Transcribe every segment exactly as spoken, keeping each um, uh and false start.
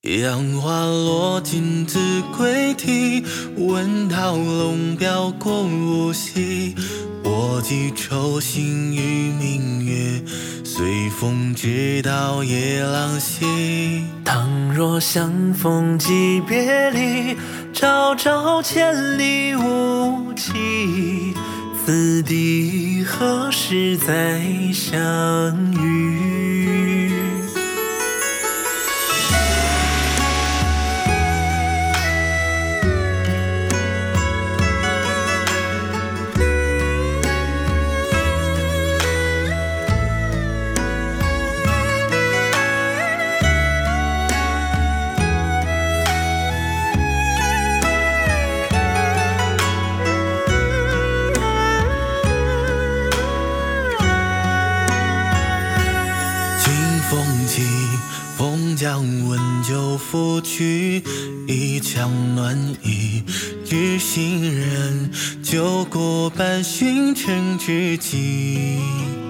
杨花落尽子规啼，闻涛龙标过无锡。我寄愁心与明月，随风直到夜郎西。 倘若相逢即别离，朝朝千里无期。此地何时再相遇？ 风起，风将温酒拂去，一腔暖意。知心人，酒过半寻尘知己。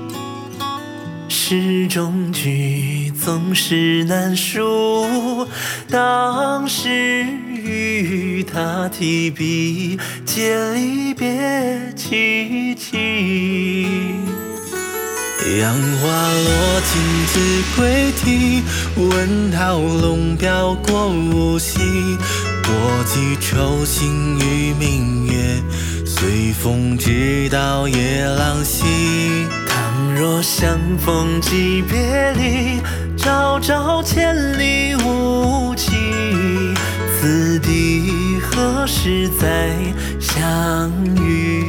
诗中句总是难书，当时与他提笔，借离别凄凄。 杨花落尽子规啼，闻涛龙标过无锡。我寄愁心与明月，随风直到夜郎西。 倘若相逢即别离，朝朝千里无期。此地何时再相遇？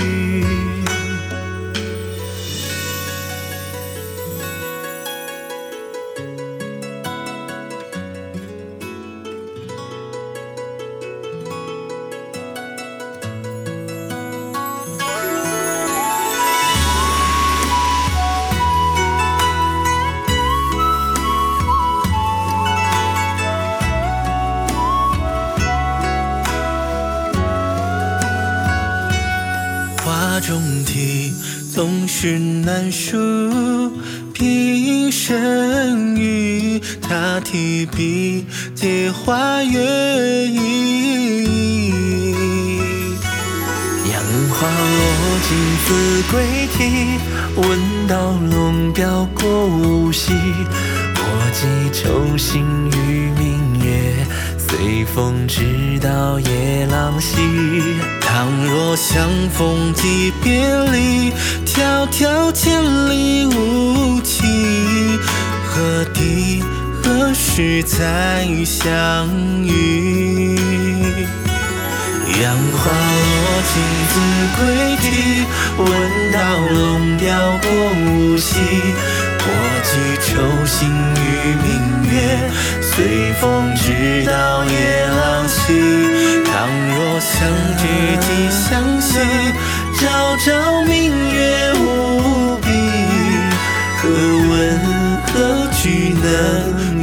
画中题总是难书，平生与他提笔，借花月意。 杨花落尽子规啼，闻道龙标过无锡。我寄愁心与明月，随风直到夜郎西。 倘若相逢即别离，迢迢千里无期。何地何时再相遇？杨花落尽子规啼，闻道龙标过无锡。我寄愁心与明月，随风直到夜郎西。倘若相知即相惜，朝朝明月无比。何问何惧能